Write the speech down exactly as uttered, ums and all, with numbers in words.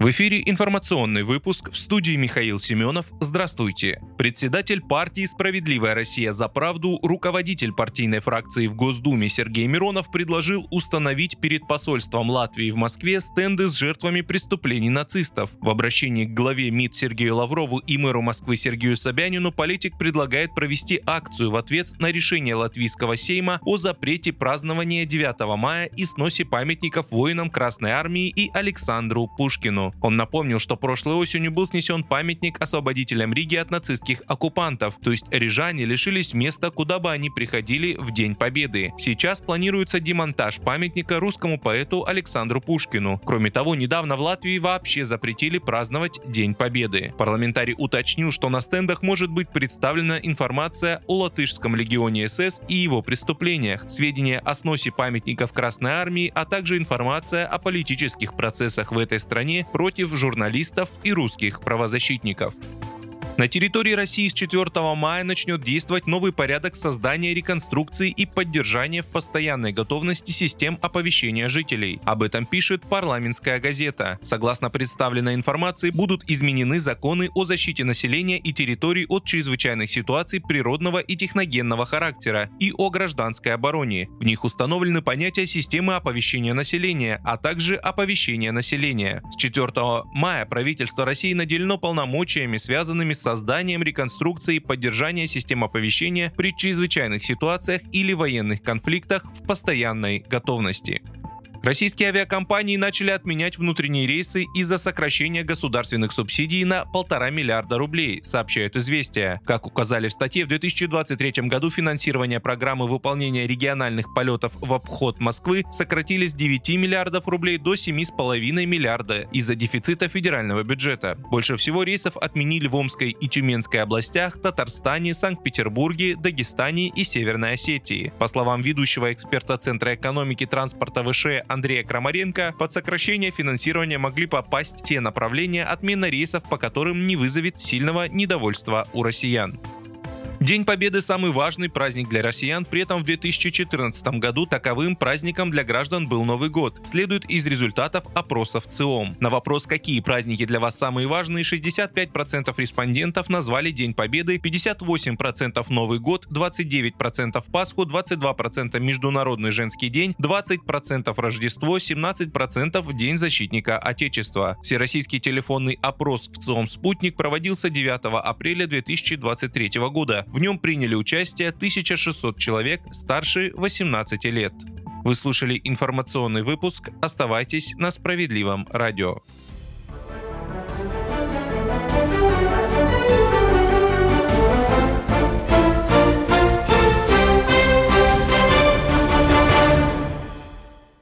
В эфире информационный выпуск, в студии Михаил Семенов. Здравствуйте. Председатель партии «Справедливая Россия за правду», руководитель партийной фракции в Госдуме Сергей Миронов предложил установить перед посольством Латвии в Москве стенды с жертвами преступлений нацистов. В обращении к главе МИД Сергею Лаврову и мэру Москвы Сергею Собянину политик предлагает провести акцию в ответ на решение Латвийского Сейма о запрете празднования девятого мая и сносе памятников воинам Красной Армии и Александру Пушкину. Он напомнил, что прошлой осенью был снесен памятник освободителям Риги от нацистских оккупантов, то есть рижане лишились места, куда бы они приходили в День Победы. Сейчас планируется демонтаж памятника русскому поэту Александру Пушкину. Кроме того, недавно в Латвии вообще запретили праздновать День Победы. Парламентарий уточнил, что на стендах может быть представлена информация о латышском легионе СС и его преступлениях, сведения о сносе памятников Красной Армии, а также информация о политических процессах в этой стране против журналистов и русских правозащитников. На территории России с четвёртого мая начнет действовать новый порядок создания, реконструкции и поддержания в постоянной готовности систем оповещения жителей. Об этом пишет «Парламентская газета». Согласно представленной информации, будут изменены законы о защите населения и территорий от чрезвычайных ситуаций природного и техногенного характера и о гражданской обороне. В них установлены понятия системы оповещения населения, а также оповещения населения. С четвёртого мая правительство России наделено полномочиями, связанными с созданием, реконструкцией и поддержанием систем оповещения при чрезвычайных ситуациях или военных конфликтах в постоянной готовности. Российские авиакомпании начали отменять внутренние рейсы из-за сокращения государственных субсидий на полтора миллиарда рублей, сообщают «Известия». Как указали в статье, в две тысячи двадцать третьем году финансирование программы выполнения региональных полетов в обход Москвы сократили с девяти миллиардов рублей до семи с половиной миллиарда из-за дефицита федерального бюджета. Больше всего рейсов отменили в Омской и Тюменской областях, Татарстане, Санкт-Петербурге, Дагестане и Северной Осетии. По словам ведущего эксперта Центра экономики транспорта ВШЭ Андрея Крамаренко, под сокращение финансирования могли попасть те направления, отмена рейсов, по которым не вызовет сильного недовольства у россиян. День Победы – самый важный праздник для россиян, при этом в две тысячи четырнадцатом году таковым праздником для граждан был Новый год, следует из результатов опросов ЦИОМ. На вопрос, какие праздники для вас самые важные, шестьдесят пять процентов респондентов назвали День Победы, пятьдесят восемь процентов Новый год, двадцать девять процентов Пасху, двадцать два процента Международный женский день, двадцать процентов Рождество, семнадцать процентов День защитника Отечества. Всероссийский телефонный опрос в ЦИОМ «Спутник» проводился девятого апреля две тысячи двадцать третьего года. В нем приняли участие тысяча шестьсот человек старше восемнадцати лет. Вы слушали информационный выпуск. Оставайтесь на Справедливом радио.